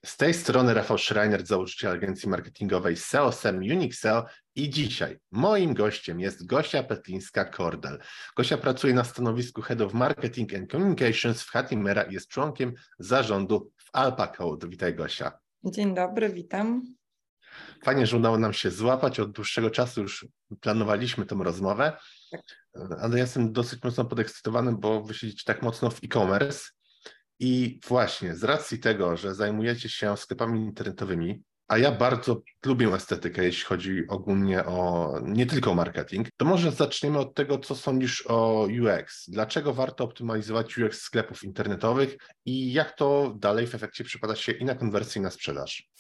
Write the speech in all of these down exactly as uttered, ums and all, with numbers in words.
Z tej strony Rafał Schreiner, założyciel agencji marketingowej S E O S E M Unique S E O i dzisiaj moim gościem jest Gosia Petlińska-Kordel. Gosia pracuje na stanowisku Head of Marketing and Communications w Hatimera i jest członkiem zarządu w AlpaCode. Witaj, Gosia. Dzień dobry, witam. Fajnie, że udało nam się złapać. Od dłuższego czasu już planowaliśmy tę rozmowę, ale ja jestem dosyć mocno podekscytowany, bo wy siedzicie tak mocno w e-commerce. I właśnie z racji tego, że zajmujecie się sklepami internetowymi, a ja bardzo lubię estetykę, jeśli chodzi ogólnie o nie tylko marketing, to może zaczniemy od tego, co sądzisz o U X. Dlaczego warto optymalizować U X sklepów internetowych i jak to dalej w efekcie przekłada się i na konwersję, i na sprzedaż?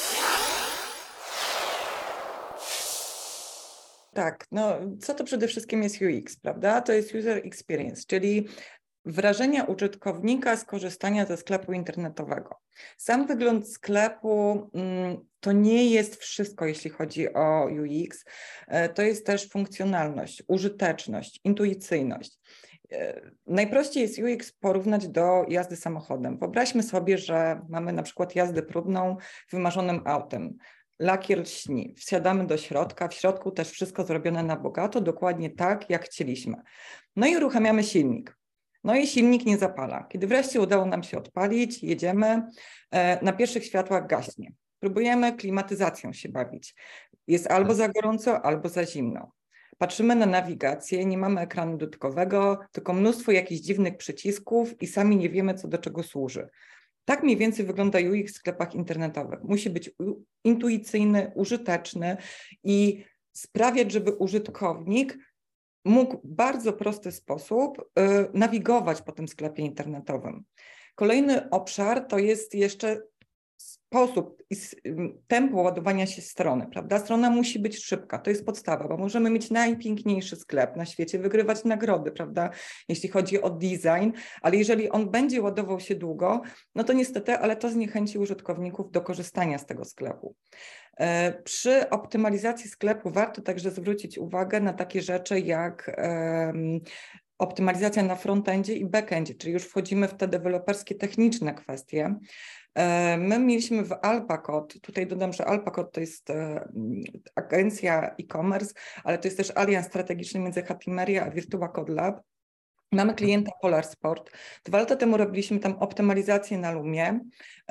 Tak, no co to przede wszystkim jest U X, prawda? To jest User Experience, czyli wrażenia użytkownika z korzystania ze sklepu internetowego. Sam wygląd sklepu to nie jest wszystko, jeśli chodzi o U X. To jest też funkcjonalność, użyteczność, intuicyjność. Najprościej jest U X porównać do jazdy samochodem. Wyobraźmy sobie, że mamy na przykład jazdę próbną wymarzonym autem. Lakier lśni, wsiadamy do środka, w środku też wszystko zrobione na bogato, dokładnie tak, jak chcieliśmy. No i uruchamiamy silnik. No i silnik nie zapala. Kiedy wreszcie udało nam się odpalić, jedziemy, na pierwszych światłach gaśnie. Próbujemy klimatyzacją się bawić. Jest albo za gorąco, albo za zimno. Patrzymy na nawigację, nie mamy ekranu dotykowego, tylko mnóstwo jakichś dziwnych przycisków i sami nie wiemy, co do czego służy. Tak mniej więcej wygląda U X w sklepach internetowych. Musi być intuicyjny, użyteczny i sprawiać, żeby użytkownik mógł w bardzo prosty sposób y, nawigować po tym sklepie internetowym. Kolejny obszar to jest jeszcze sposób i tempo ładowania się strony, prawda? Strona musi być szybka, to jest podstawa, bo możemy mieć najpiękniejszy sklep na świecie, wygrywać nagrody, prawda? Jeśli chodzi o design, ale jeżeli on będzie ładował się długo, no to niestety, ale to zniechęci użytkowników do korzystania z tego sklepu. Przy optymalizacji sklepu warto także zwrócić uwagę na takie rzeczy jak um, optymalizacja na frontendzie i backendzie, czyli już wchodzimy w te deweloperskie, techniczne kwestie. My mieliśmy w AlpaCode, tutaj dodam, że AlpaCode to jest agencja e-commerce, ale to jest też alians strategiczny między Hatimeria a Virtua Code Lab. Mamy klienta Polar Sport. Dwa lata temu robiliśmy tam optymalizację na Lumie,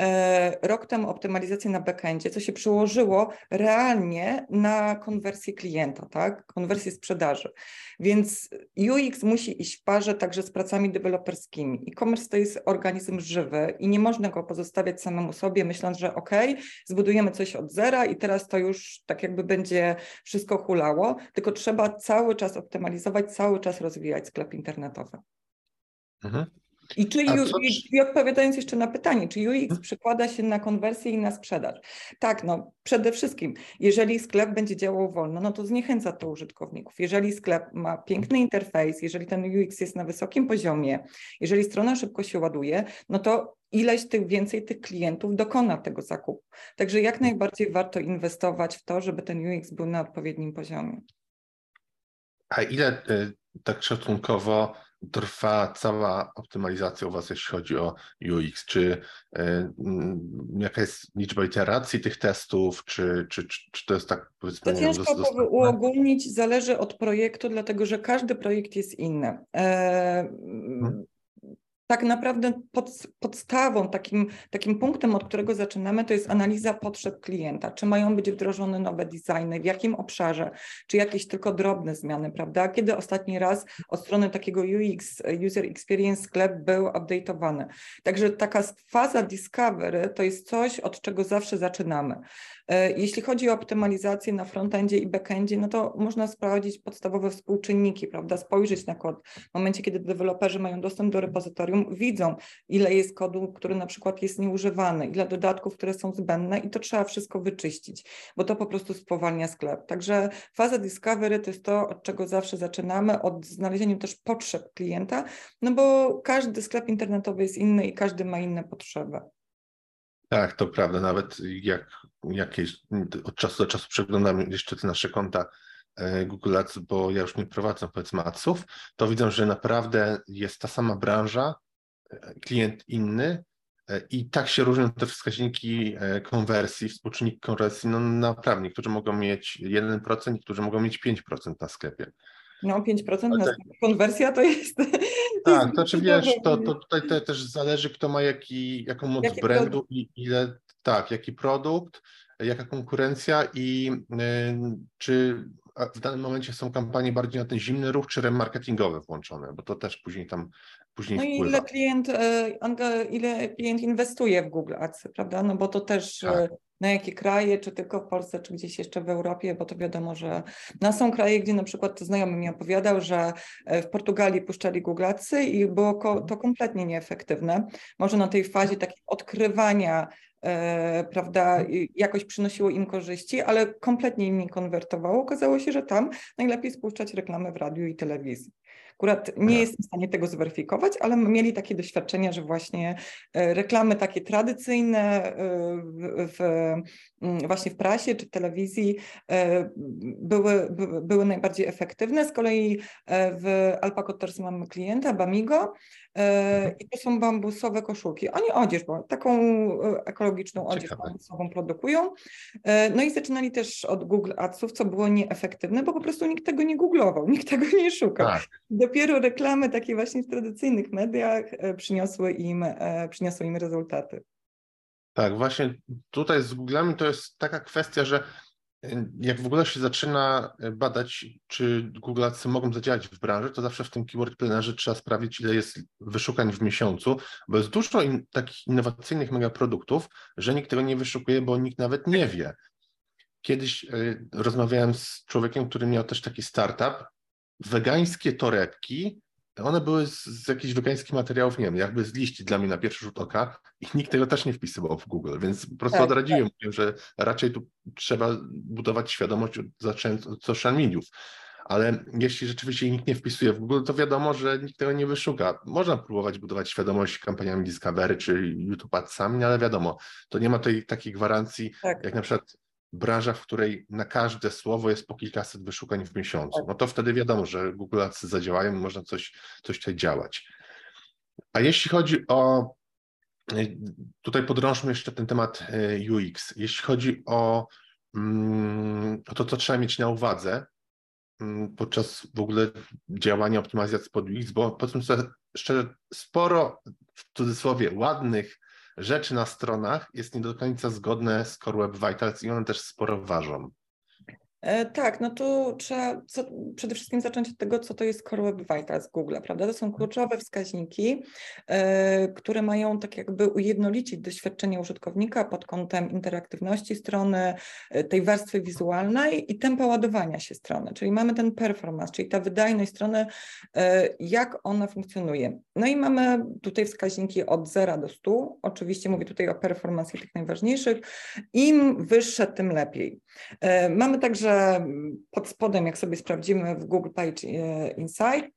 rok temu optymalizację na backendzie, co się przełożyło realnie na konwersję klienta, tak? Konwersję sprzedaży. Więc U X musi iść w parze także z pracami deweloperskimi. E-commerce to jest organizm żywy i nie można go pozostawiać samemu sobie, myśląc, że ok, zbudujemy coś od zera i teraz to już tak jakby będzie wszystko hulało, tylko trzeba cały czas optymalizować, cały czas rozwijać sklep internetowy. Mhm. I czy U, i, i odpowiadając jeszcze na pytanie, czy U X hmm? przekłada się na konwersję i na sprzedaż? Tak, no przede wszystkim, jeżeli sklep będzie działał wolno, no to zniechęca to użytkowników. Jeżeli sklep ma piękny interfejs, jeżeli ten U X jest na wysokim poziomie, jeżeli strona szybko się ładuje, no to ileś tych więcej tych klientów dokona tego zakupu. Także jak najbardziej warto inwestować w to, żeby ten U X był na odpowiednim poziomie. A ile y, tak szacunkowo trwa cała optymalizacja u was, jeśli chodzi o U X? Czy y, y, jaka jest liczba iteracji tych testów, czy, czy, czy, czy to jest tak, powiedzmy, to ciężko dostępne? Uogólnić, zależy od projektu, dlatego że każdy projekt jest inny. E, hmm. Tak naprawdę pod, podstawą, takim, takim punktem, od którego zaczynamy, to jest analiza potrzeb klienta. Czy mają być wdrożone nowe designy, w jakim obszarze, czy jakieś tylko drobne zmiany, prawda? Kiedy ostatni raz od strony takiego U X, User Experience, sklep był update'owany. Także taka faza discovery to jest coś, od czego zawsze zaczynamy. Jeśli chodzi o optymalizację na frontendzie i backendzie, no to można sprawdzić podstawowe współczynniki, prawda? Spojrzeć na kod. W momencie, kiedy deweloperzy mają dostęp do repozytorium, widzą, ile jest kodu, który na przykład jest nieużywany, ile dodatków, które są zbędne i to trzeba wszystko wyczyścić, bo to po prostu spowalnia sklep. Także faza discovery to jest to, od czego zawsze zaczynamy, od znalezienia też potrzeb klienta, no bo każdy sklep internetowy jest inny i każdy ma inne potrzeby. Tak, to prawda. Nawet jak jakieś od czasu do czasu przeglądam jeszcze te nasze konta Google Ads, bo ja już nie prowadzę, powiedzmy, adsów, to widzę, że naprawdę jest ta sama branża, klient inny, I tak się różnią te wskaźniki konwersji, współczynnik konwersji, no naprawdę, niektórzy mogą mieć jeden procent, niektórzy mogą mieć pięć procent na sklepie. No pięć procent na te... sklepie. Konwersja to jest... Tak, to czy wiesz, to, to tutaj te, też zależy, kto ma jaki, jaką moc Jaki brandu produkt? i ile, tak, jaki produkt, jaka konkurencja i y, czy w danym momencie są kampanie bardziej na ten zimny ruch, czy remarketingowe włączone, bo to też później tam później No i wpływa. ile klient, ile klient inwestuje w Google Ads, prawda? No bo to też Tak. na jakie kraje, czy tylko w Polsce, czy gdzieś jeszcze w Europie, bo to wiadomo, że no są kraje, gdzie na przykład znajomy mi opowiadał, że w Portugalii puszczali Google Adsy i było to kompletnie nieefektywne. Może na tej fazie takiej odkrywania, e, prawda, jakoś przynosiło im korzyści, ale kompletnie im nie konwertowało. Okazało się, że tam najlepiej spuszczać reklamy w radiu i telewizji. Akurat nie jestem w stanie tego zweryfikować, ale mieli takie doświadczenia, że właśnie reklamy takie tradycyjne w, w, właśnie w prasie czy telewizji były, by, były najbardziej efektywne. Z kolei w Alpacoters mamy klienta, Bamigo, i to są bambusowe koszulki. Oni odzież, bo taką ekologiczną odzież Ciekawe. bambusową produkują. No i zaczynali też od Google Adsów, co było nieefektywne, bo po prostu nikt tego nie googlował, nikt tego nie szukał. Tak. Dopiero reklamy takie właśnie w tradycyjnych mediach przyniosły im, przyniosły im rezultaty. Tak, właśnie tutaj z Google'ami to jest taka kwestia, że jak w ogóle się zaczyna badać, czy Google Adsy mogą zadziałać w branży, to zawsze w tym keyword plannerze trzeba sprawdzić, ile jest wyszukań w miesiącu, bo jest dużo in, takich innowacyjnych megaproduktów, że nikt tego nie wyszukuje, bo nikt nawet nie wie. Kiedyś y, rozmawiałem z człowiekiem, który miał też taki startup, wegańskie torebki, one były z, z jakichś wegańskich materiałów, nie wiem, jakby z liści dla mnie na pierwszy rzut oka i nikt tego też nie wpisywał w Google, więc po prostu Tak, odradziłem, tak. że raczej tu trzeba budować świadomość, zaczynając od social mediów. Ale jeśli rzeczywiście nikt nie wpisuje w Google, to wiadomo, że nikt tego nie wyszuka. Można próbować budować świadomość kampaniami Discovery czy YouTube Adsami, ale wiadomo, to nie ma tej takiej gwarancji, tak. jak na przykład branża, w której na każde słowo jest po kilkaset wyszukań w miesiącu. No to wtedy wiadomo, że Google Adsy zadziałają i można coś, coś tutaj działać. A jeśli chodzi o, tutaj podrążmy jeszcze ten temat U X. Jeśli chodzi o, o to, co trzeba mieć na uwadze podczas w ogóle działania optymalizacji pod U X, bo powiedzmy sobie szczerze, sporo w cudzysłowie ładnych rzeczy na stronach jest nie do końca zgodne z Core Web Vitals i one też sporo ważą. E, tak, no tu trzeba co, przede wszystkim zacząć od tego, co to jest Core Web Vitals Google, prawda? To są kluczowe wskaźniki, e, które mają tak jakby ujednolicić doświadczenie użytkownika pod kątem interaktywności strony, e, tej warstwy wizualnej i tempa ładowania się strony, czyli mamy ten performance, czyli ta wydajność strony, e, jak ona funkcjonuje. No i mamy tutaj wskaźniki od zera do stu, oczywiście mówię tutaj o performance tych najważniejszych, im wyższe, tym lepiej. E, mamy także pod spodem, jak sobie sprawdzimy w Google Page Insight,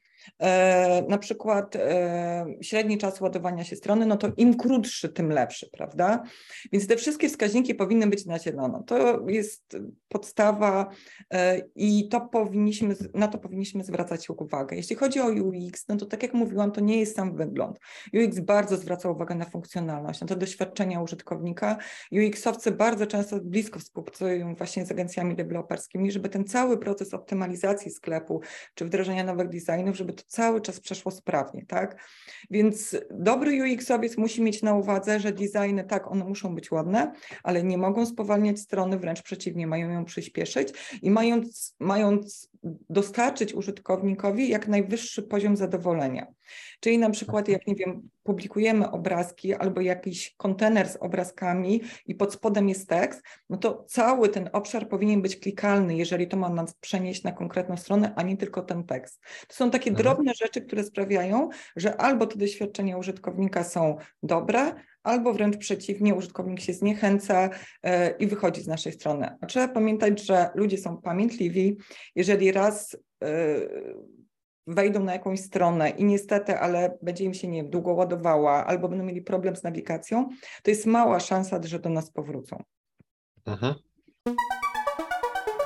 e, na przykład e, średni czas ładowania się strony, no to im krótszy, tym lepszy, prawda? Więc te wszystkie wskaźniki powinny być na zielono. To jest podstawa e, i to powinniśmy, na to powinniśmy zwracać uwagę. Jeśli chodzi o U X, no to tak jak mówiłam, to nie jest sam wygląd. U X bardzo zwraca uwagę na funkcjonalność, na te doświadczenia użytkownika. U X-owcy bardzo często blisko współpracują właśnie z agencjami deweloperskimi, żeby ten cały proces optymalizacji sklepu czy wdrażania nowych designów, żeby to cały czas przeszło sprawnie, tak? Więc dobry U X-owiec musi mieć na uwadze, że designy, tak, one muszą być ładne, ale nie mogą spowalniać strony, wręcz przeciwnie, mają ją przyspieszyć i mając, mając dostarczyć użytkownikowi jak najwyższy poziom zadowolenia. Czyli na przykład, jak nie wiem, publikujemy obrazki albo jakiś kontener z obrazkami i pod spodem jest tekst, no to cały ten obszar powinien być klikalny, jeżeli to ma nas przenieść na konkretną stronę, a nie tylko ten tekst. To są takie mhm. drobne rzeczy, które sprawiają, że albo te doświadczenia użytkownika są dobre, albo wręcz przeciwnie, użytkownik się zniechęca yy, i wychodzi z naszej strony. A trzeba pamiętać, że ludzie są pamiętliwi. Jeżeli raz yy, wejdą na jakąś stronę i niestety, ale będzie im się nie wiem, długo ładowała albo będą mieli problem z nawigacją, to jest mała szansa, że do nas powrócą. Mhm.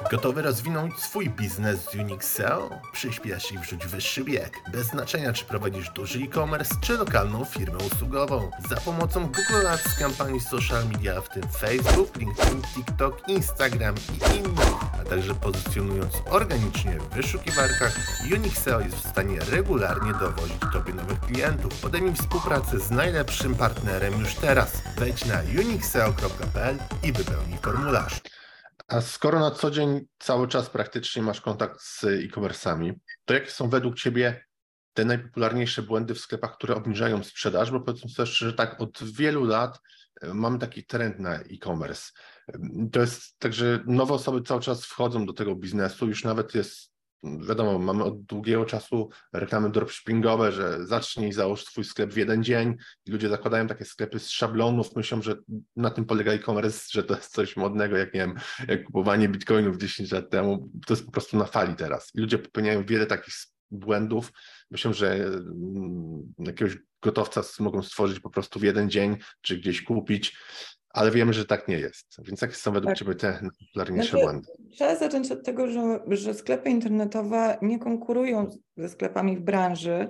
Gotowy rozwinąć swój biznes z Unixeo? Przyśpiesz i wrzuć wyższy bieg. Bez znaczenia, czy prowadzisz duży e-commerce, czy lokalną firmę usługową. Za pomocą Google Ads, kampanii social media, w tym Facebook, LinkedIn, TikTok, Instagram i innych, a także pozycjonując organicznie w wyszukiwarkach, Unixeo jest w stanie regularnie dowozić Tobie nowych klientów. Podejmij współpracę z najlepszym partnerem już teraz. Wejdź na unixeo kropka p l i wypełnij formularz. A skoro na co dzień cały czas praktycznie masz kontakt z e-commerce'ami, to jakie są według Ciebie te najpopularniejsze błędy w sklepach, które obniżają sprzedaż? Bo powiedzmy sobie szczerze, że tak od wielu lat mamy taki trend na e-commerce. To jest tak, że nowe osoby cały czas wchodzą do tego biznesu, już nawet jest, wiadomo, mamy od długiego czasu reklamy dropshippingowe, że zacznij, załóż swój sklep w jeden dzień i ludzie zakładają takie sklepy z szablonów, myślą, że na tym polega e-commerce, że to jest coś modnego, jak nie wiem, jak kupowanie bitcoinów dziesięć lat temu, to jest po prostu na fali teraz. I ludzie popełniają wiele takich błędów. Myślę, że jakiegoś gotowca mogą stworzyć po prostu w jeden dzień, czy gdzieś kupić, ale wiemy, że tak nie jest. Więc jakie są według tak. Ciebie te najpopularniejsze znaczy, błędy? Trzeba zacząć od tego, że, że sklepy internetowe nie konkurują ze sklepami w branży,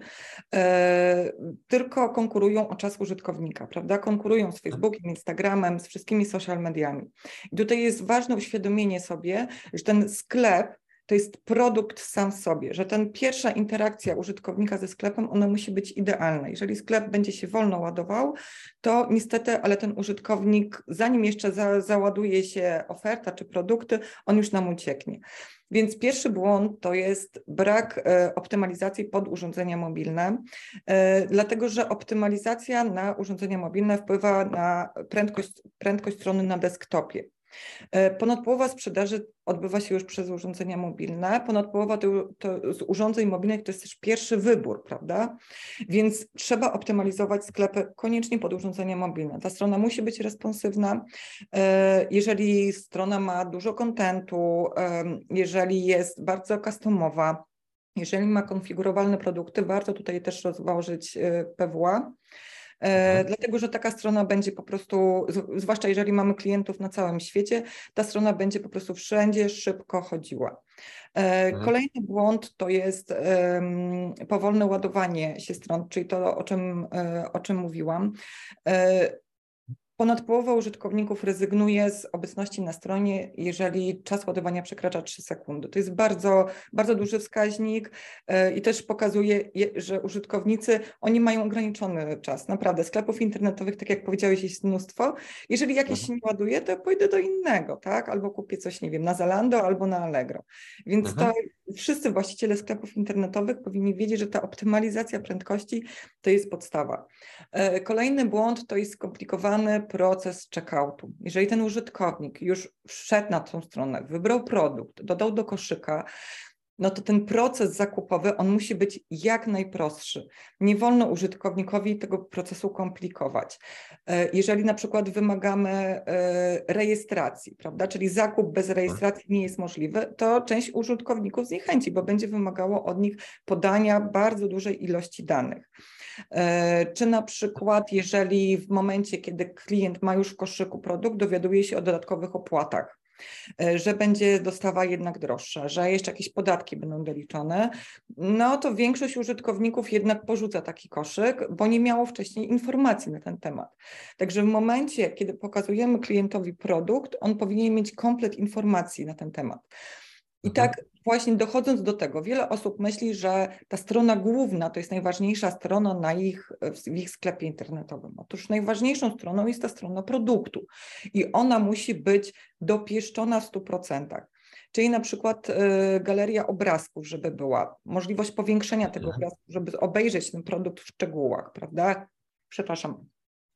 e, tylko konkurują o czas użytkownika, prawda? Konkurują z Facebookiem, Instagramem, z wszystkimi social mediami. I tutaj jest ważne uświadomienie sobie, że ten sklep to jest produkt sam w sobie, że ten pierwsza interakcja użytkownika ze sklepem, ona musi być idealna. Jeżeli sklep będzie się wolno ładował, to niestety, ale ten użytkownik, zanim jeszcze za, załaduje się oferta czy produkty, on już nam ucieknie. Więc pierwszy błąd to jest brak e, optymalizacji pod urządzenia mobilne, e, dlatego że optymalizacja na urządzenia mobilne wpływa na prędkość, prędkość strony na desktopie. Ponad połowa sprzedaży odbywa się już przez urządzenia mobilne, ponad połowa to, to z urządzeń mobilnych to jest też pierwszy wybór, prawda? Więc trzeba optymalizować sklepy koniecznie pod urządzenia mobilne. Ta strona musi być responsywna. Jeżeli strona ma dużo kontentu, jeżeli jest bardzo customowa, jeżeli ma konfigurowalne produkty, warto tutaj też rozważyć P W A. Mhm. Dlatego, że taka strona będzie po prostu, zwłaszcza jeżeli mamy klientów na całym świecie, ta strona będzie po prostu wszędzie szybko chodziła. Mhm. Kolejny błąd to jest um, powolne ładowanie się stron, czyli to, o czym, o czym mówiłam. Ponad połowa użytkowników rezygnuje z obecności na stronie, jeżeli czas ładowania przekracza trzy sekundy. To jest bardzo, bardzo duży wskaźnik i też pokazuje, że użytkownicy, oni mają ograniczony czas. Naprawdę, sklepów internetowych, tak jak powiedziałeś, jest mnóstwo. Jeżeli jakieś się nie ładuje, to pójdę do innego, tak? Albo kupię coś, nie wiem, na Zalando albo na Allegro. Więc mhm. to wszyscy właściciele sklepów internetowych powinni wiedzieć, że ta optymalizacja prędkości to jest podstawa. Kolejny błąd to jest skomplikowany proces checkoutu. Jeżeli ten użytkownik już wszedł na tą stronę, wybrał produkt, dodał do koszyka, no to ten proces zakupowy, on musi być jak najprostszy. Nie wolno użytkownikowi tego procesu komplikować. Jeżeli na przykład wymagamy rejestracji, prawda, czyli zakup bez rejestracji nie jest możliwy, to część użytkowników zniechęci, bo będzie wymagało od nich podania bardzo dużej ilości danych. Czy na przykład, jeżeli w momencie, kiedy klient ma już w koszyku produkt, dowiaduje się o dodatkowych opłatach, że będzie dostawa jednak droższa, że jeszcze jakieś podatki będą doliczone, no to większość użytkowników jednak porzuca taki koszyk, bo nie miało wcześniej informacji na ten temat. Także w momencie, kiedy pokazujemy klientowi produkt, on powinien mieć komplet informacji na ten temat. I tak właśnie dochodząc do tego, wiele osób myśli, że ta strona główna to jest najważniejsza strona na ich, w ich sklepie internetowym. Otóż najważniejszą stroną jest ta strona produktu i ona musi być dopieszczona w stu procentach. Czyli na przykład y, galeria obrazków, żeby była, możliwość powiększenia tego obrazku, żeby obejrzeć ten produkt w szczegółach, prawda? Przepraszam.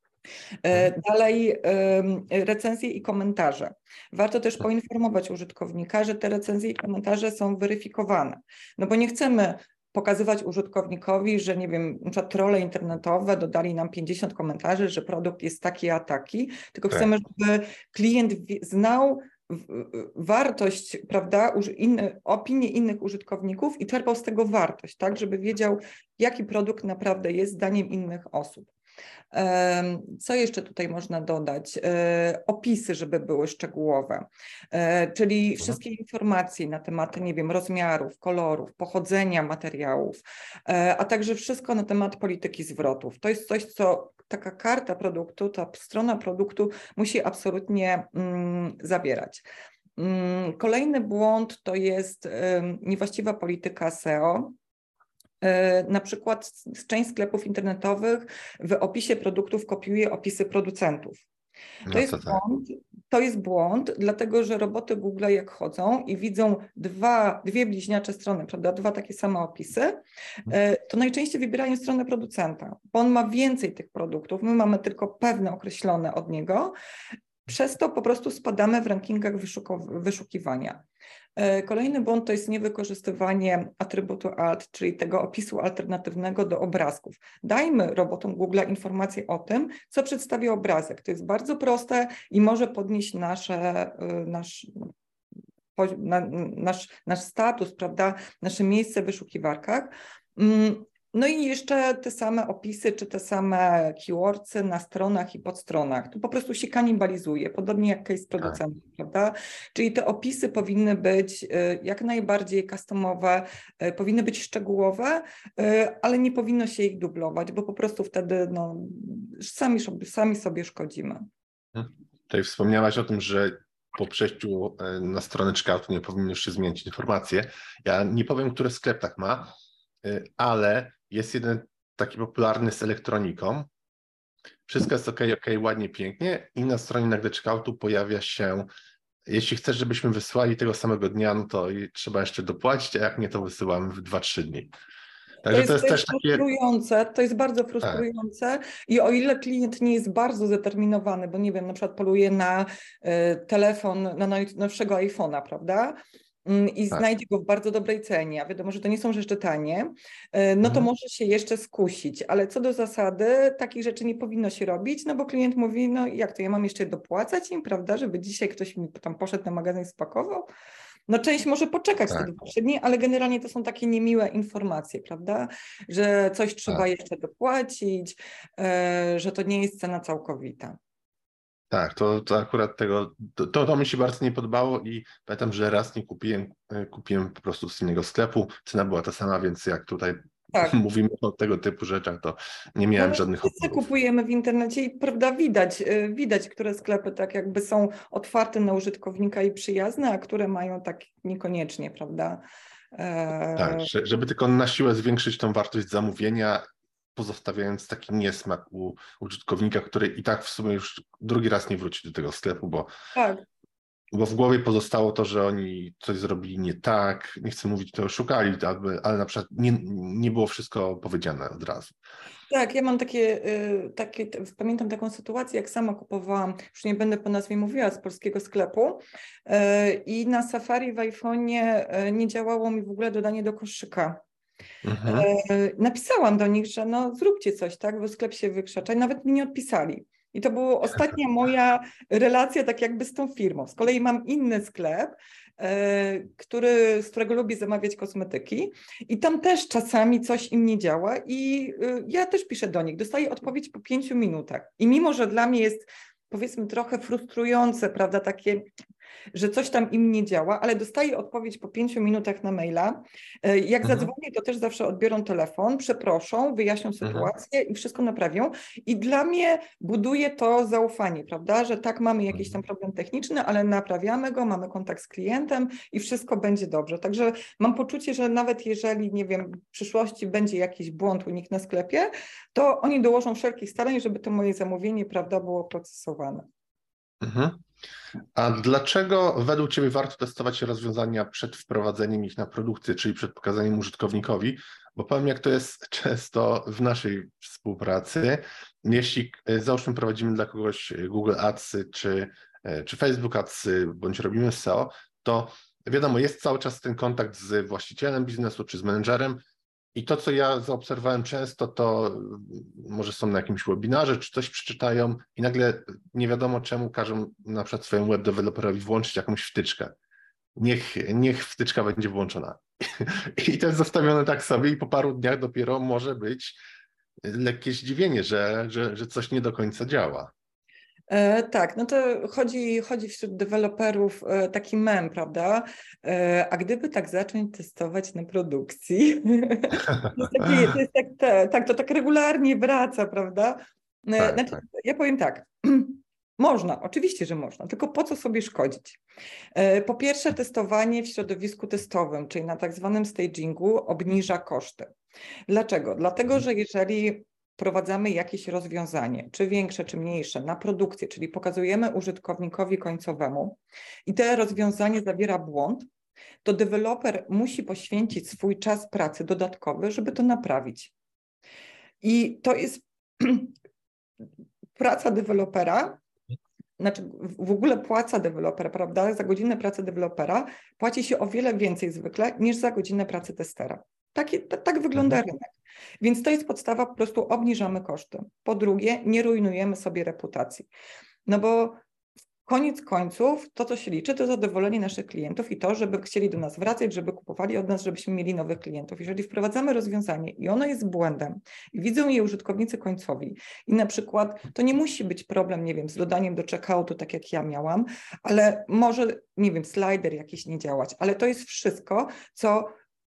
Dalej recenzje i komentarze. Warto też poinformować użytkownika, że te recenzje i komentarze są weryfikowane, no bo nie chcemy pokazywać użytkownikowi, że nie wiem, na przykład trolle internetowe dodali nam pięćdziesiąt komentarzy, że produkt jest taki a taki, tylko chcemy, żeby klient znał wartość, prawda, inny, opinie innych użytkowników i czerpał z tego wartość, tak, żeby wiedział, jaki produkt naprawdę jest zdaniem innych osób. Co jeszcze tutaj można dodać? Opisy, żeby były szczegółowe, czyli wszystkie informacje na temat, nie wiem, rozmiarów, kolorów, pochodzenia materiałów, a także wszystko na temat polityki zwrotów. To jest coś, co taka karta produktu, ta strona produktu musi absolutnie mm, zawierać. Kolejny błąd to jest niewłaściwa polityka S E O. Na przykład część sklepów internetowych w opisie produktów kopiuje opisy producentów. To, No jest to tak. błąd, to jest błąd, dlatego że roboty Google jak chodzą i widzą dwa, dwie bliźniacze strony, prawda, dwa takie same opisy, to najczęściej wybierają stronę producenta, bo on ma więcej tych produktów, my mamy tylko pewne określone od niego. Przez to po prostu spadamy w rankingach wyszukiwania. Kolejny błąd to jest niewykorzystywanie atrybutu alt, czyli tego opisu alternatywnego do obrazków. Dajmy robotom Google informacje o tym, co przedstawia obrazek. To jest bardzo proste i może podnieść nasze, nasz, nasz, nasz status, prawda, nasze miejsce w wyszukiwarkach. No i jeszcze te same opisy, czy te same keywordsy na stronach i podstronach. To po prostu się kanibalizuje, podobnie jak case producentów, tak, prawda? Czyli te opisy powinny być jak najbardziej customowe, powinny być szczegółowe, ale nie powinno się ich dublować, bo po prostu wtedy no, sami, sami sobie szkodzimy. Tutaj wspomniałaś o tym, że po przejściu na stronę checkoutu nie powinno się zmienić informacje. Ja nie powiem, który sklep tak ma, ale jest jeden taki popularny z elektroniką. Wszystko jest ok, ok, ładnie, pięknie i na stronie nagle checkoutu pojawia się, jeśli chcesz, żebyśmy wysłali tego samego dnia, no to trzeba jeszcze dopłacić, a jak nie, to wysyłamy w dwa trzy dni. Także to jest, to jest, to jest też takie... frustrujące, to jest bardzo frustrujące tak. I o ile klient nie jest bardzo zdeterminowany, bo nie wiem, na przykład poluje na y, telefon, na najnowszego iPhone'a, prawda? I tak. znajdzie go w bardzo dobrej cenie, a wiadomo, że to nie są rzeczy tanie, no to mhm. może się jeszcze skusić, ale co do zasady takich rzeczy nie powinno się robić, no bo klient mówi, no jak to ja mam jeszcze dopłacać im, prawda, żeby dzisiaj ktoś mi tam poszedł na magazyn i spakował? No część może poczekać tak. te dwa trzy dni, ale generalnie to są takie niemiłe informacje, prawda, że coś trzeba tak. jeszcze dopłacić, że to nie jest cena całkowita. Tak, to, to akurat tego, to, to mi się bardzo nie podobało i pamiętam, że raz nie kupiłem, kupiłem po prostu z innego sklepu, cena była ta sama, więc jak tutaj tak. mówimy o tego typu rzeczach, to nie miałem no, żadnych oporów. Wszyscy kupujemy w internecie i prawda, widać, widać, które sklepy tak jakby są otwarte na użytkownika i przyjazne, a które mają tak niekoniecznie, prawda. Tak, żeby tylko na siłę zwiększyć tą wartość zamówienia, pozostawiając taki niesmak u użytkownika, który i tak w sumie już drugi raz nie wróci do tego sklepu, bo, tak. bo w głowie pozostało to, że oni coś zrobili nie tak, nie chcę mówić, to szukali, ale, ale na przykład nie, nie było wszystko powiedziane od razu. Tak, ja mam takie, takie, pamiętam taką sytuację, jak sama kupowałam, już nie będę po nazwie mówiła, z polskiego sklepu i na Safari w iPhone'ie nie działało mi w ogóle dodanie do koszyka. Mhm. Napisałam do nich, że no zróbcie coś, tak, bo sklep się wykrzacza i nawet mi nie odpisali. I to była ostatnia moja relacja tak jakby z tą firmą. Z kolei mam inny sklep, który, z którego lubię zamawiać kosmetyki i tam też czasami coś im nie działa i ja też piszę do nich, dostaję odpowiedź po pięciu minutach. I mimo, że dla mnie jest powiedzmy trochę frustrujące, prawda, takie, że coś tam im nie działa, ale dostaję odpowiedź po pięciu minutach na maila. Jak mhm. zadzwonię, to też zawsze odbiorą telefon, przeproszą, wyjaśnią sytuację mhm. i wszystko naprawią. I dla mnie buduje to zaufanie, prawda, że tak, mamy jakiś tam problem techniczny, ale naprawiamy go, mamy kontakt z klientem i wszystko będzie dobrze. Także mam poczucie, że nawet jeżeli, nie wiem, w przyszłości będzie jakiś błąd u nich na sklepie, to oni dołożą wszelkich starań, żeby to moje zamówienie, prawda, było procesowane. Mhm. A dlaczego według Ciebie warto testować rozwiązania przed wprowadzeniem ich na produkcję, czyli przed pokazaniem użytkownikowi? Bo powiem, jak to jest często w naszej współpracy. Jeśli załóżmy prowadzimy dla kogoś Google Adsy czy, czy Facebook Adsy, bądź robimy S E O, to wiadomo, jest cały czas ten kontakt z właścicielem biznesu czy z menedżerem. I to, co ja zaobserwowałem często, to może są na jakimś webinarze, czy coś przeczytają i nagle nie wiadomo czemu każą na przykład swojemu web developerowi włączyć jakąś wtyczkę. Niech, niech wtyczka będzie włączona. I to jest zostawione tak sobie i po paru dniach dopiero może być lekkie zdziwienie, że, że, że coś nie do końca działa. E, tak, no to chodzi, chodzi wśród deweloperów e, taki mem, prawda? E, a gdyby tak zacząć testować na produkcji, to jest taki, to jest tak, te, tak, to tak regularnie wraca, prawda? E, Tak, znaczy, tak. ja powiem tak, można, oczywiście, że można, tylko po co sobie szkodzić? E, po pierwsze, testowanie w środowisku testowym, czyli na tak zwanym stagingu, obniża koszty. Dlaczego? Dlatego, że jeżeli wprowadzamy jakieś rozwiązanie, czy większe, czy mniejsze, na produkcję, czyli pokazujemy użytkownikowi końcowemu i to rozwiązanie zawiera błąd, to deweloper musi poświęcić swój czas pracy dodatkowy, żeby to naprawić. I to jest praca dewelopera, znaczy w ogóle płaca dewelopera, prawda? Za godzinę pracy dewelopera płaci się o wiele więcej zwykle niż za godzinę pracy testera. Tak, tak wygląda Mhm. rynek. Więc to jest podstawa, po prostu obniżamy koszty. Po drugie, nie rujnujemy sobie reputacji. No bo koniec końców to, co się liczy, to zadowolenie naszych klientów i to, żeby chcieli do nas wracać, żeby kupowali od nas, żebyśmy mieli nowych klientów. Jeżeli wprowadzamy rozwiązanie i ono jest błędem i widzą je użytkownicy końcowi i na przykład to nie musi być problem, nie wiem, z dodaniem do checkoutu, tak jak ja miałam, ale może, nie wiem, slider jakiś nie działać, ale to jest wszystko, co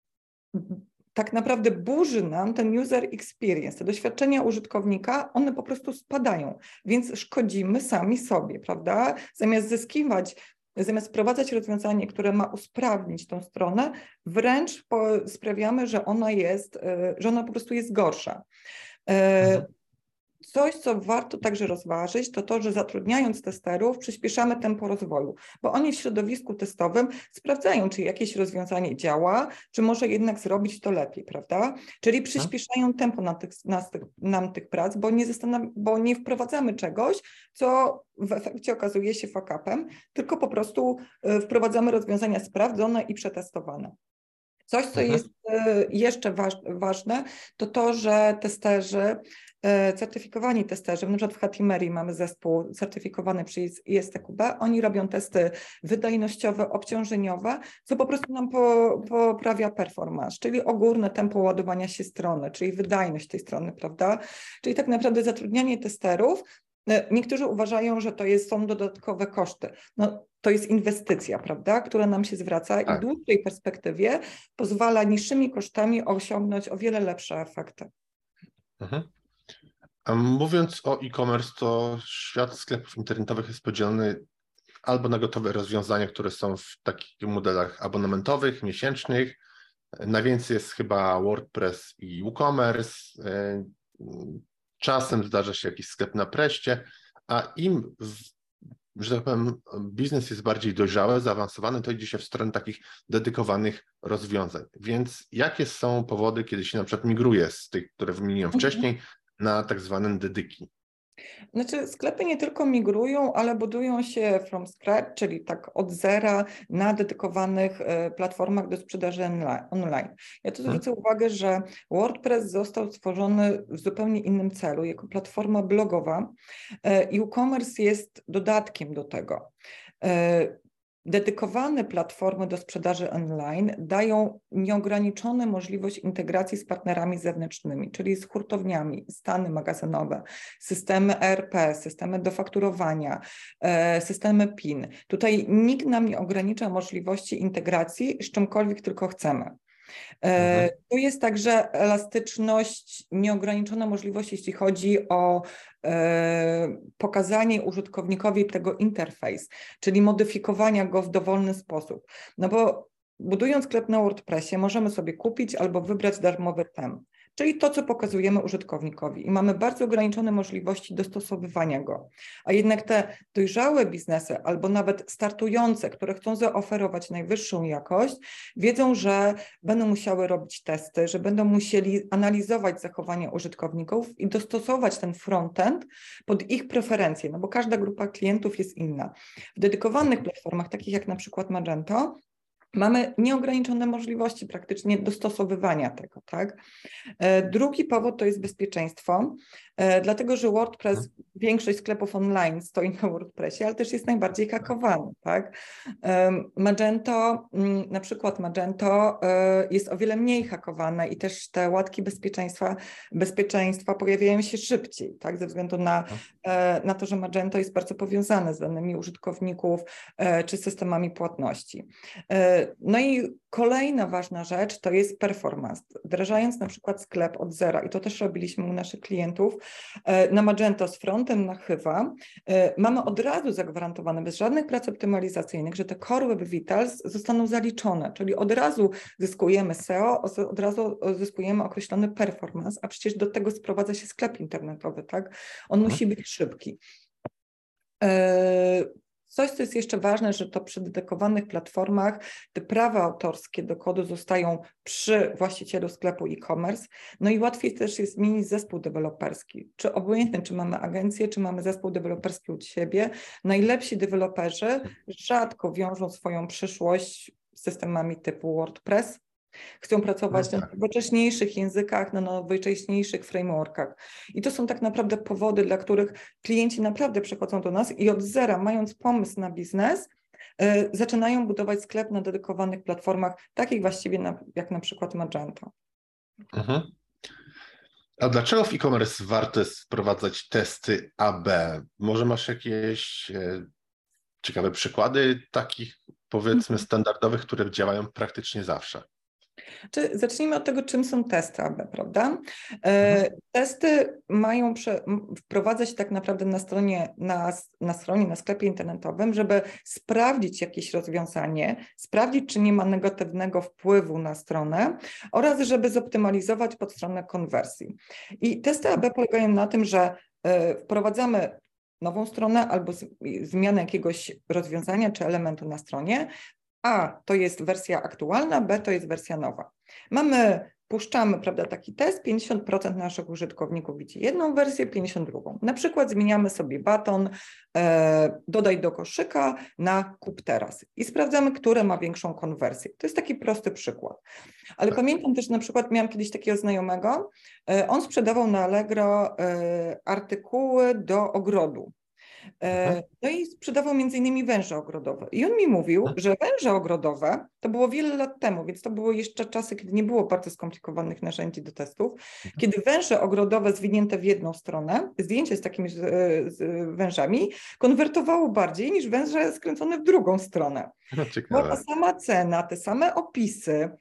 tak naprawdę burzy nam ten user experience, te doświadczenia użytkownika, one po prostu spadają, więc szkodzimy sami sobie, prawda? Zamiast zyskiwać, zamiast wprowadzać rozwiązanie, które ma usprawnić tą stronę, wręcz sprawiamy, że ona jest, że ona po prostu jest gorsza. Mhm. Coś, co warto także rozważyć, to to, że zatrudniając testerów przyspieszamy tempo rozwoju, bo oni w środowisku testowym sprawdzają, czy jakieś rozwiązanie działa, czy może jednak zrobić to lepiej, prawda? Czyli przyspieszają tempo nam tych, nas, nam tych prac, bo nie, bo nie wprowadzamy czegoś, co w efekcie okazuje się fuck-upem, tylko po prostu wprowadzamy rozwiązania sprawdzone i przetestowane. Coś, co Mhm. jest jeszcze ważne, to to, że testerzy, certyfikowani testerzy, na przykład w Hatimerii mamy zespół certyfikowany przez I S T Q B, oni robią testy wydajnościowe, obciążeniowe, co po prostu nam po, poprawia performance, czyli ogólne tempo ładowania się strony, czyli wydajność tej strony, prawda? Czyli tak naprawdę zatrudnianie testerów. Niektórzy uważają, że to jest, są dodatkowe koszty. No, to jest inwestycja, prawda, która nam się zwraca Tak. i w dłuższej perspektywie pozwala niższymi kosztami osiągnąć o wiele lepsze efekty. Mhm. A mówiąc o e-commerce, to świat sklepów internetowych jest podzielony albo na gotowe rozwiązania, które są w takich modelach abonamentowych, miesięcznych. Najwięcej jest chyba WordPress i WooCommerce. Czasem zdarza się jakiś sklep na Preście, a im, że tak powiem, biznes jest bardziej dojrzały, zaawansowany, to idzie się w stronę takich dedykowanych rozwiązań. Więc jakie są powody, kiedy się na przykład migruje z tych, które wymieniłem wcześniej, na tak zwane dedyki? Znaczy sklepy nie tylko migrują, ale budują się from scratch, czyli tak od zera na dedykowanych platformach do sprzedaży online. Ja tu zwrócę hmm. uwagę, że WordPress został stworzony w zupełnie innym celu, jako platforma blogowa i WooCommerce jest dodatkiem do tego. Dedykowane platformy do sprzedaży online dają nieograniczone możliwość integracji z partnerami zewnętrznymi, czyli z hurtowniami, stany magazynowe, systemy E R P, systemy do fakturowania, systemy P I N. Tutaj nikt nam nie ogranicza możliwości integracji z czymkolwiek tylko chcemy. Mhm. Tu jest także elastyczność, nieograniczona możliwość, jeśli chodzi o e, pokazanie użytkownikowi tego interfejs, czyli modyfikowania go w dowolny sposób. No bo budując sklep na WordPressie możemy sobie kupić albo wybrać darmowy tem, czyli to, co pokazujemy użytkownikowi i mamy bardzo ograniczone możliwości dostosowywania go. A jednak te dojrzałe biznesy albo nawet startujące, które chcą zaoferować najwyższą jakość, wiedzą, że będą musiały robić testy, że będą musieli analizować zachowania użytkowników i dostosować ten frontend pod ich preferencje, no bo każda grupa klientów jest inna. W dedykowanych platformach, takich jak na przykład Magento, Mamy nieograniczone możliwości praktycznie dostosowywania tego, tak? Drugi powód to jest bezpieczeństwo, dlatego że WordPress, większość sklepów online stoi na WordPressie, ale też jest najbardziej hakowany, tak? Magento, na przykład Magento jest o wiele mniej hakowane i też te łatki bezpieczeństwa, bezpieczeństwa pojawiają się szybciej, tak? Ze względu na, na to, że Magento jest bardzo powiązane z danymi użytkowników czy systemami płatności. No i kolejna ważna rzecz to jest performance. Wdrażając na przykład sklep od zera, i to też robiliśmy u naszych klientów, na Magento z frontem na Chyba, mamy od razu zagwarantowane, bez żadnych prac optymalizacyjnych, że te Core Web Vitals zostaną zaliczone, czyli od razu zyskujemy S E O, od razu zyskujemy określony performance, a przecież do tego sprowadza się sklep internetowy, tak? On musi być szybki. Coś, co jest jeszcze ważne, że to przy dedykowanych platformach te prawa autorskie do kodu zostają przy właścicielu sklepu e-commerce, no i łatwiej też jest zmienić zespół deweloperski. Czy obojętnie, czy mamy agencję, czy mamy zespół deweloperski u siebie, najlepsi deweloperzy rzadko wiążą swoją przyszłość z systemami typu WordPress. Chcą pracować no na tak. nowocześniejszych językach, na nowocześniejszych frameworkach. I to są tak naprawdę powody, dla których klienci naprawdę przychodzą do nas i od zera, mając pomysł na biznes, yy, zaczynają budować sklep na dedykowanych platformach, takich właściwie na, jak na przykład Magento. Mhm. A dlaczego w e-commerce warto jest wprowadzać testy A B? Może masz jakieś e, ciekawe przykłady takich, powiedzmy, standardowych, które działają praktycznie zawsze? Czy zacznijmy od tego, czym są testy A B, prawda? Mhm. Testy mają prze, wprowadzać tak naprawdę na stronie, na, na stronie, na sklepie internetowym, żeby sprawdzić jakieś rozwiązanie, sprawdzić, czy nie ma negatywnego wpływu na stronę oraz żeby zoptymalizować pod stronę konwersji. I testy A B polegają na tym, że wprowadzamy nową stronę albo zmianę jakiegoś rozwiązania czy elementu na stronie. A to jest wersja aktualna, B to jest wersja nowa. Mamy, puszczamy, prawda, taki test, pięćdziesiąt procent naszych użytkowników widzi jedną wersję, pięćdziesiąt procent drugą. Na przykład zmieniamy sobie baton e, dodaj do koszyka na kup teraz i sprawdzamy, które ma większą konwersję. To jest taki prosty przykład. Ale Tak. pamiętam też na przykład, miałam kiedyś takiego znajomego, e, on sprzedawał na Allegro e, artykuły do ogrodu. Mhm. No i sprzedawał między innymi węże ogrodowe. I on mi mówił, że węże ogrodowe, to było wiele lat temu, więc to były jeszcze czasy, kiedy nie było bardzo skomplikowanych narzędzi do testów, kiedy węże ogrodowe zwinięte w jedną stronę, zdjęcie z takimi z, z wężami, konwertowało bardziej niż węże skręcone w drugą stronę. No, Była ta ciekawe. sama cena, te same opisy,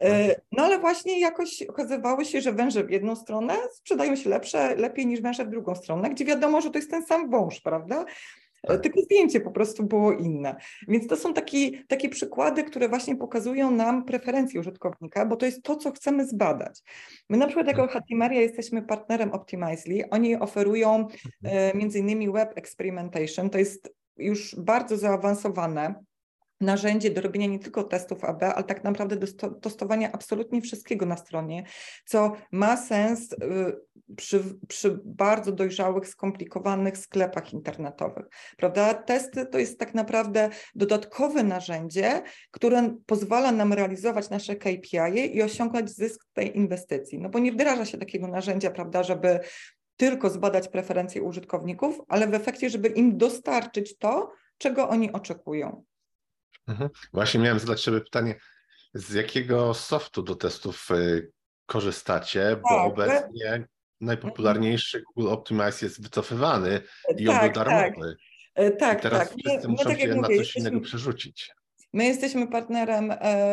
no ale właśnie jakoś okazywało się, że węże w jedną stronę sprzedają się lepsze, lepiej niż węże w drugą stronę, gdzie wiadomo, że to jest ten sam wąż, prawda? Tak. Tylko zdjęcie po prostu było inne. Więc to są taki, takie przykłady, które właśnie pokazują nam preferencje użytkownika, bo to jest to, co chcemy zbadać. My na przykład jako Hatimeria jesteśmy partnerem Optimizely. Oni oferują e, między innymi Web Experimentation. To jest już bardzo zaawansowane narzędzie do robienia nie tylko testów A B, ale tak naprawdę do testowania absolutnie wszystkiego na stronie, co ma sens przy, przy bardzo dojrzałych, skomplikowanych sklepach internetowych, prawda? Testy to jest tak naprawdę dodatkowe narzędzie, które pozwala nam realizować nasze K P I i osiągać zysk tej inwestycji, no bo nie wdraża się takiego narzędzia, prawda, żeby tylko zbadać preferencje użytkowników, ale w efekcie, żeby im dostarczyć to, czego oni oczekują. Mhm. Właśnie miałem zadać sobie pytanie, z jakiego softu do testów y, korzystacie, bo Tak, obecnie najpopularniejszy Google Optimize jest wycofywany i on był tak, tak, darmowy. tak, I teraz tak. wszyscy My, my muszą tak jak się na mówię, coś jesteśmy, innego przerzucić. my jesteśmy partnerem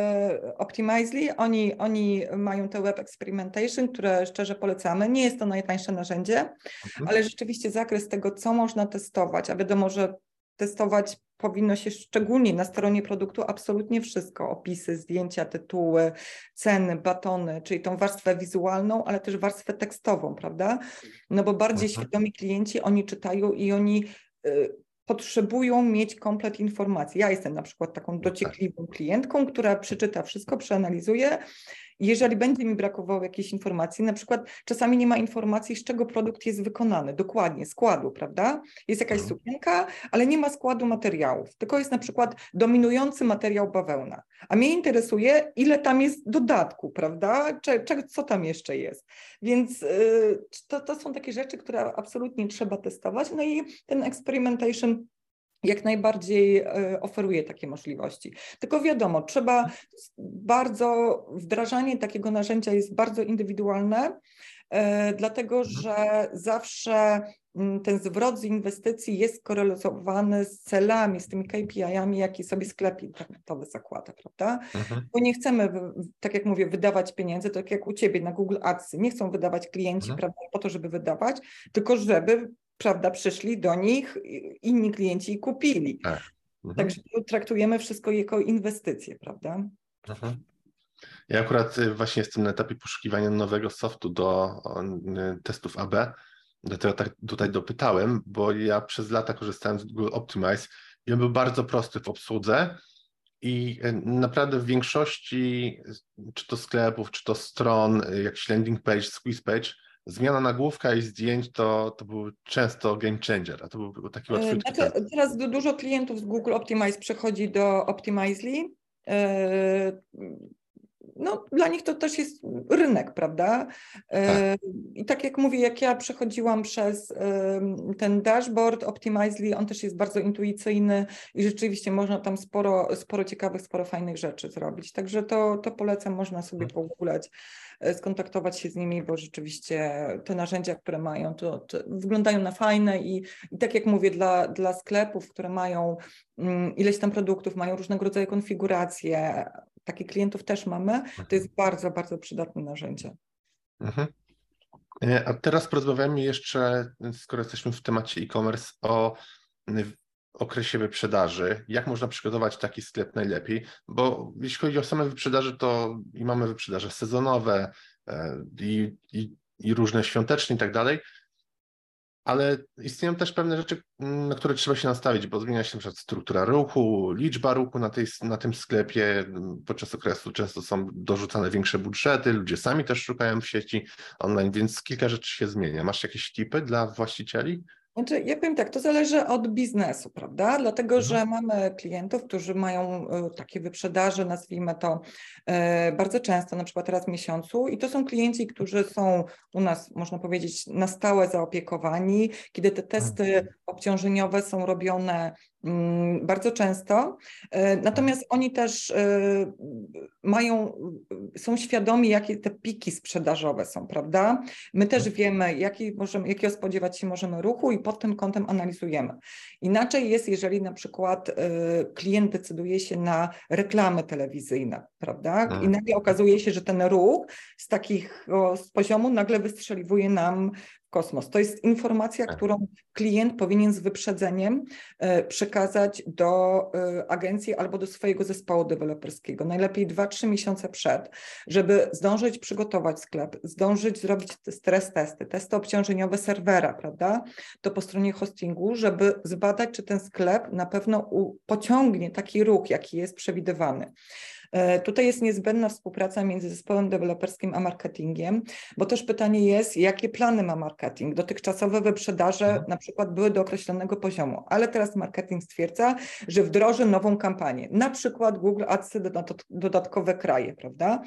e, Optimizely, oni, oni mają te Web Experimentation, które szczerze polecamy. Nie jest to najtańsze narzędzie, Mhm. ale rzeczywiście zakres tego, co można testować, a wiadomo, że testować powinno się szczególnie na stronie produktu absolutnie wszystko. Opisy, zdjęcia, tytuły, ceny, batony, czyli tą warstwę wizualną, ale też warstwę tekstową, prawda? No bo bardziej Mhm. świadomi klienci, oni czytają i oni y, potrzebują mieć komplet informacji. Ja jestem na przykład taką dociekliwą klientką, która przeczyta wszystko, przeanalizuje jeżeli będzie mi brakowało jakiejś informacji, na przykład czasami nie ma informacji, z czego produkt jest wykonany, dokładnie, składu, prawda? Jest jakaś Mhm. sukienka, ale nie ma składu materiałów, tylko jest na przykład dominujący materiał bawełna, a mnie interesuje, ile tam jest dodatku, prawda? Cze, cze, co tam jeszcze jest. Więc yy, to, to są takie rzeczy, które absolutnie trzeba testować, no i ten experimentation jak najbardziej oferuje takie możliwości. Tylko wiadomo, trzeba bardzo, wdrażanie takiego narzędzia jest bardzo indywidualne, dlatego że zawsze ten zwrot z inwestycji jest korelowany z celami, z tymi K P I-ami, jakie sobie sklep internetowy zakłada, prawda? Mhm. Bo nie chcemy, tak jak mówię, wydawać pieniędzy, tak jak u Ciebie na Google Ads, nie chcą wydawać klienci, Mhm. prawda, po to, żeby wydawać, tylko żeby, prawda, przyszli do nich inni klienci i kupili. Tak. Mhm. Także traktujemy wszystko jako inwestycje, prawda? Mhm. Ja akurat właśnie jestem na etapie poszukiwania nowego softu do testów A B, dlatego tak tutaj dopytałem, bo ja przez lata korzystałem z Google Optimize i on był bardzo prosty w obsłudze i naprawdę w większości, czy to sklepów, czy to stron, jakiś landing page, squeeze page, zmiana nagłówka i zdjęć to, to był często game changer, a to był taki łatwiutki Znaczy, test. teraz dużo klientów z Google Optimize przechodzi do Optimizely. No, dla nich to też jest rynek, prawda? Tak. I tak jak mówię, jak ja przechodziłam przez ten dashboard Optimizely, on też jest bardzo intuicyjny i rzeczywiście można tam sporo, sporo ciekawych, sporo fajnych rzeczy zrobić. Także to, to polecam, można sobie pogooglać, skontaktować się z nimi, bo rzeczywiście te narzędzia, które mają, to, to wyglądają na fajne i, i tak jak mówię, dla, dla sklepów, które mają um, ileś tam produktów, mają różnego rodzaju konfiguracje, takich klientów też mamy, to jest bardzo, bardzo przydatne narzędzie. Mhm. A teraz porozmawiamy jeszcze, skoro jesteśmy w temacie e-commerce, o okresie wyprzedaży. Jak można przygotować taki sklep najlepiej? Bo jeśli chodzi o same wyprzedaże, to i mamy wyprzedaże sezonowe i, i, i różne świąteczne i tak dalej, ale istnieją też pewne rzeczy, na które trzeba się nastawić, bo zmienia się na przykład struktura ruchu, liczba ruchu na, tej, na tym sklepie. Podczas okresu często są dorzucane większe budżety, ludzie sami też szukają w sieci online, więc kilka rzeczy się zmienia. Masz jakieś tipy dla właścicieli? Znaczy, ja powiem tak, to zależy od biznesu, prawda? Dlatego, mhm. że mamy klientów, którzy mają takie wyprzedaże, nazwijmy to, bardzo często, na przykład raz w miesiącu i to są klienci, którzy są u nas, można powiedzieć, na stałe zaopiekowani, kiedy te testy obciążeniowe są robione bardzo często, natomiast oni też mają, są świadomi, jakie te piki sprzedażowe są, prawda? My też wiemy, jaki możemy, jakiego spodziewać się możemy ruchu i pod tym kątem analizujemy. Inaczej jest, jeżeli na przykład klient decyduje się na reklamy telewizyjne, prawda? I nagle okazuje się, że ten ruch z takich, z poziomu nagle wystrzeliwuje nam kosmos. To jest informacja, którą klient powinien z wyprzedzeniem przekazać do agencji albo do swojego zespołu deweloperskiego. Najlepiej dwa trzy miesiące przed, żeby zdążyć przygotować sklep, zdążyć zrobić stres testy, testy obciążeniowe serwera, prawda? To po stronie hostingu, żeby zbadać, czy ten sklep na pewno pociągnie taki ruch, jaki jest przewidywany. Tutaj jest niezbędna współpraca między zespołem deweloperskim a marketingiem, bo też pytanie jest, jakie plany ma marketing. Dotychczasowe wyprzedaże mhm. na przykład były do określonego poziomu, ale teraz marketing stwierdza, że wdroży nową kampanię, na przykład Google Adsy do dodatkowe kraje, prawda?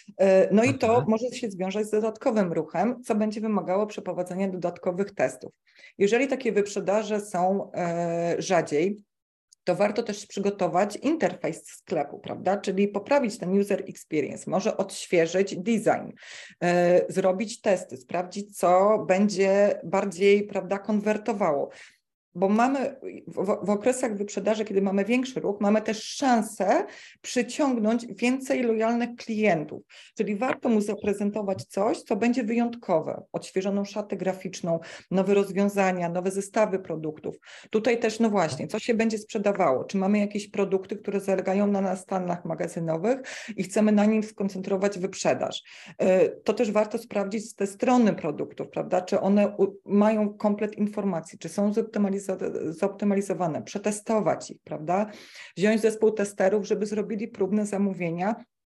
No i to mhm. może się związać z dodatkowym ruchem, co będzie wymagało przeprowadzenia dodatkowych testów. Jeżeli takie wyprzedaże są e, rzadziej, to warto też przygotować interfejs sklepu, prawda? Czyli poprawić ten user experience, może odświeżyć design, yy, zrobić testy, sprawdzić, co będzie bardziej, prawda, konwertowało. Bo mamy w, w okresach wyprzedaży, kiedy mamy większy ruch, mamy też szansę przyciągnąć więcej lojalnych klientów. Czyli warto mu zaprezentować coś, co będzie wyjątkowe. Odświeżoną szatę graficzną, nowe rozwiązania, nowe zestawy produktów. Tutaj też, no właśnie, co się będzie sprzedawało? Czy mamy jakieś produkty, które zalegają na nas w stanach magazynowych i chcemy na nim skoncentrować wyprzedaż? To też warto sprawdzić te strony produktów, prawda? Czy one mają komplet informacji, czy są zoptymalizowane, zoptymalizowane, przetestować ich, prawda? Wziąć zespół testerów, żeby zrobili próbne zamówienia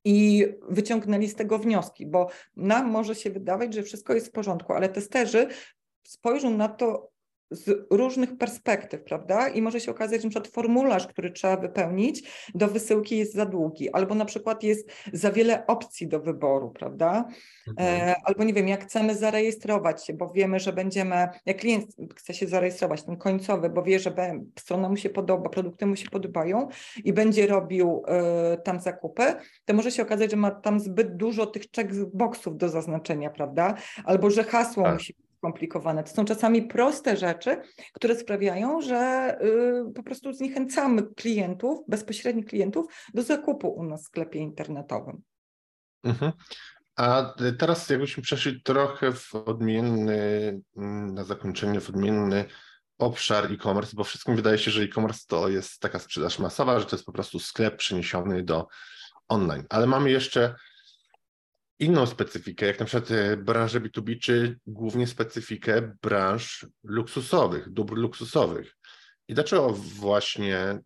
i wyciągnęli z tego wnioski, bo nam może się wydawać, że wszystko jest w porządku, ale testerzy spojrzą na to z różnych perspektyw, prawda? I może się okazać, że na przykład formularz, który trzeba wypełnić do wysyłki jest za długi, albo na przykład jest za wiele opcji do wyboru, prawda? Mhm. E, albo nie wiem, jak chcemy zarejestrować się, bo wiemy, że będziemy, jak klient chce się zarejestrować, ten końcowy, bo wie, że strona mu się podoba, produkty mu się podobają i będzie robił e, tam zakupy, to może się okazać, że ma tam zbyt dużo tych checkboxów do zaznaczenia, prawda? Albo że hasło tak. musi skomplikowane. To są czasami proste rzeczy, które sprawiają, że y, po prostu zniechęcamy klientów, bezpośrednich klientów do zakupu u nas w sklepie internetowym. Mhm. A teraz jakbyśmy przeszli trochę w odmienny, na zakończenie w odmienny obszar e-commerce, bo wszystkim wydaje się, że e-commerce to jest taka sprzedaż masowa, że to jest po prostu sklep przeniesiony do online. Ale mamy jeszcze inną specyfikę, jak na przykład branżę B dwa B, czy głównie specyfikę branż luksusowych, dóbr luksusowych. I dlaczego właśnie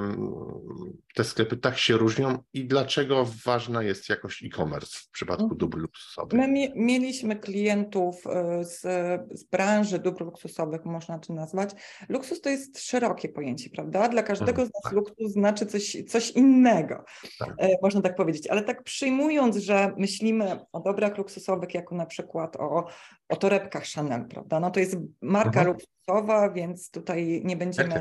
te sklepy tak się różnią i dlaczego ważna jest jakość e-commerce w przypadku dóbr luksusowych? My mi, mieliśmy klientów z, z branży dóbr luksusowych, można to nazwać. Luksus to jest szerokie pojęcie, prawda? Dla każdego z nas luksus znaczy coś, coś innego, tak. można tak powiedzieć. Ale tak przyjmując, że myślimy o dobrach luksusowych jako na przykład o, o torebkach Chanel, prawda? No to jest marka mhm. luksusowa, więc tutaj nie będziemy...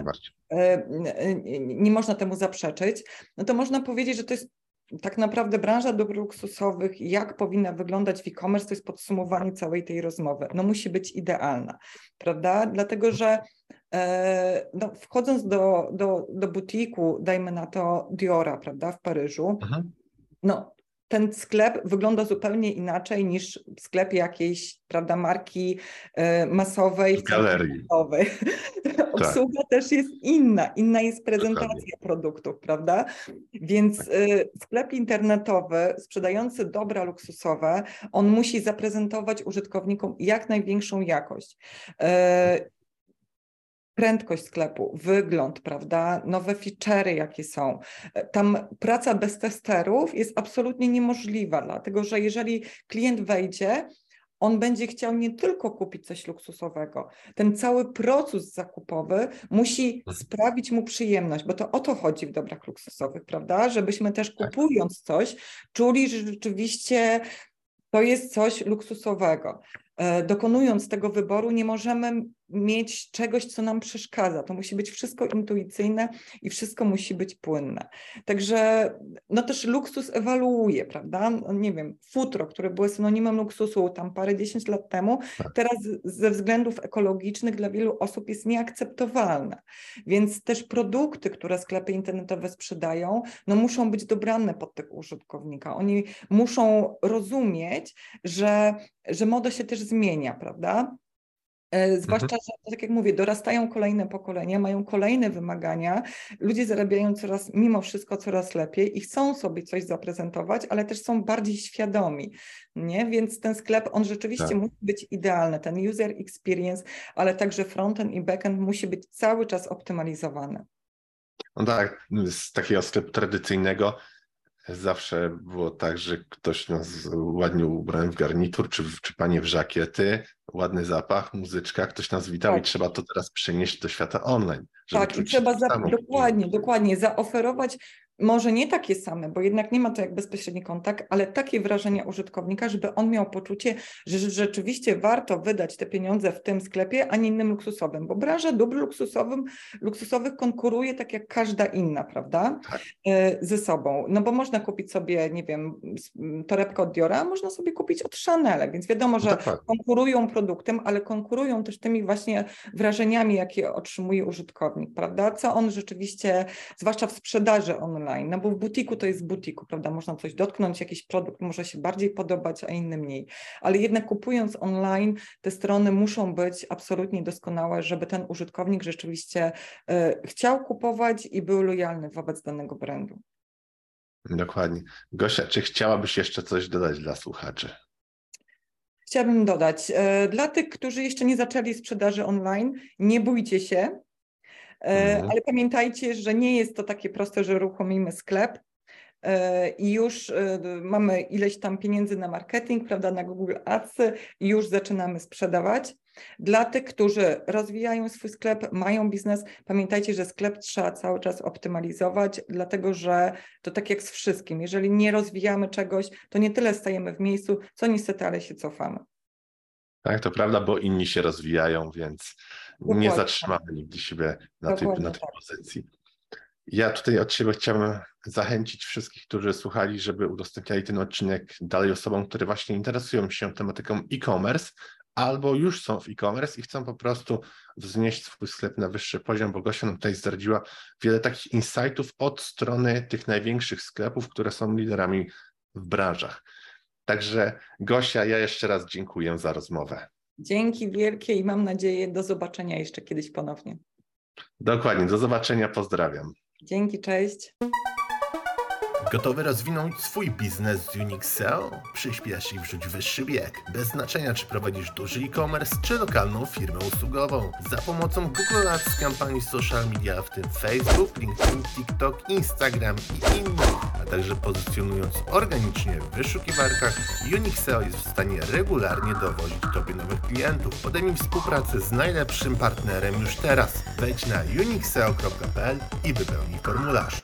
Nie można temu zaprzeczyć, no to można powiedzieć, że to jest tak naprawdę branża dóbr luksusowych, jak powinna wyglądać w e-commerce, to jest podsumowanie całej tej rozmowy. No musi być idealna, prawda? Dlatego, że e, no, wchodząc do, do, do butiku, dajmy na to Diora, prawda, w Paryżu, mhm. no ten sklep wygląda zupełnie inaczej niż sklep jakiejś, prawda, marki y, masowej. W galerii. Obsługa tak. też jest inna, inna jest prezentacja Dokładnie. produktów, prawda? Więc tak. y, sklep internetowy sprzedający dobra luksusowe, on musi zaprezentować użytkownikom jak największą jakość. Y, prędkość sklepu, wygląd, prawda, nowe feature'y jakie są. Tam praca bez testerów jest absolutnie niemożliwa, dlatego że jeżeli klient wejdzie, on będzie chciał nie tylko kupić coś luksusowego. Ten cały proces zakupowy musi sprawić mu przyjemność, bo to o to chodzi w dobrach luksusowych, prawda, żebyśmy też kupując coś czuli, że rzeczywiście to jest coś luksusowego. Dokonując tego wyboru nie możemy mieć czegoś, co nam przeszkadza. To musi być wszystko intuicyjne i wszystko musi być płynne. Także no też luksus ewaluuje, prawda? No nie wiem, futro, które było synonimem luksusu tam parę dziesięć lat temu, teraz ze względów ekologicznych dla wielu osób jest nieakceptowalne. Więc też produkty, które sklepy internetowe sprzedają, no muszą być dobrane pod tego użytkownika. Oni muszą rozumieć, że, że moda się też zmienia, prawda? Zwłaszcza, mhm. że tak jak mówię, dorastają kolejne pokolenia, mają kolejne wymagania, ludzie zarabiają coraz, mimo wszystko coraz lepiej i chcą sobie coś zaprezentować, ale też są bardziej świadomi, nie? Więc ten sklep, on rzeczywiście tak. musi być idealny, ten user experience, ale także frontend i backend musi być cały czas optymalizowany. No tak, z takiego sklepu tradycyjnego zawsze było tak, że ktoś nas ładnie ubrany w garnitur, czy, czy panie w żakiety, ładny zapach, muzyczka, ktoś nas witał tak. i trzeba to teraz przenieść do świata online. Żeby tak, i trzeba za, dokładnie, dokładnie zaoferować może nie takie same, bo jednak nie ma to jak bezpośredni kontakt, ale takie wrażenia użytkownika, żeby on miał poczucie, że rzeczywiście warto wydać te pieniądze w tym sklepie, a nie innym luksusowym, bo branża dóbr luksusowym, luksusowych konkuruje tak jak każda inna, prawda, tak. ze sobą. No bo można kupić sobie, nie wiem, torebkę od Diora, a można sobie kupić od Chanel, więc wiadomo, że tak. konkurują produktem, ale konkurują też tymi właśnie wrażeniami, jakie otrzymuje użytkownik, prawda, co on rzeczywiście, zwłaszcza w sprzedaży online, no bo w butiku to jest w butiku, prawda, można coś dotknąć, jakiś produkt może się bardziej podobać, a inny mniej, ale jednak kupując online, te strony muszą być absolutnie doskonałe, żeby ten użytkownik rzeczywiście y, chciał kupować i był lojalny wobec danego brandu. Dokładnie. Gosia, czy chciałabyś jeszcze coś dodać dla słuchaczy? Chciałabym dodać, y, dla tych, którzy jeszcze nie zaczęli sprzedaży online, nie bójcie się, ale pamiętajcie, że nie jest to takie proste, że uruchomimy sklep. i już mamy ileś tam pieniędzy na marketing, prawda, na Google Adsy i już zaczynamy sprzedawać. Dla tych, którzy rozwijają swój sklep, mają biznes, pamiętajcie, że sklep trzeba cały czas optymalizować, dlatego że to tak jak z wszystkim, jeżeli nie rozwijamy czegoś, to nie tyle stajemy w miejscu, co niestety, ale się cofamy. Tak, to prawda, bo inni się rozwijają, więc Dokładnie. nie zatrzymamy nigdy siebie na tej, na tej tak. pozycji. Ja tutaj od siebie chciałbym zachęcić wszystkich, którzy słuchali, żeby udostępniali ten odcinek dalej osobom, które właśnie interesują się tematyką e-commerce albo już są w e-commerce i chcą po prostu wznieść swój sklep na wyższy poziom, bo Gosia nam tutaj zdradziła wiele takich insightów od strony tych największych sklepów, które są liderami w branżach. Także Gosia, ja jeszcze raz dziękuję za rozmowę. Dzięki wielkie i mam nadzieję do zobaczenia jeszcze kiedyś ponownie. Dokładnie, do zobaczenia, pozdrawiam. Dzięki, cześć. Gotowy rozwinąć swój biznes z Unixeo? Przyspiesz i wrzuć wyższy bieg. Bez znaczenia, czy prowadzisz duży e-commerce, czy lokalną firmę usługową. Za pomocą Google Ads, kampanii social media, w tym Facebook, LinkedIn, TikTok, Instagram i innych, a także pozycjonując organicznie w wyszukiwarkach, Unixeo jest w stanie regularnie dowozić Tobie nowych klientów. Podejmij współpracę z najlepszym partnerem już teraz. Wejdź na unixeo kropka p l i wypełnij formularz.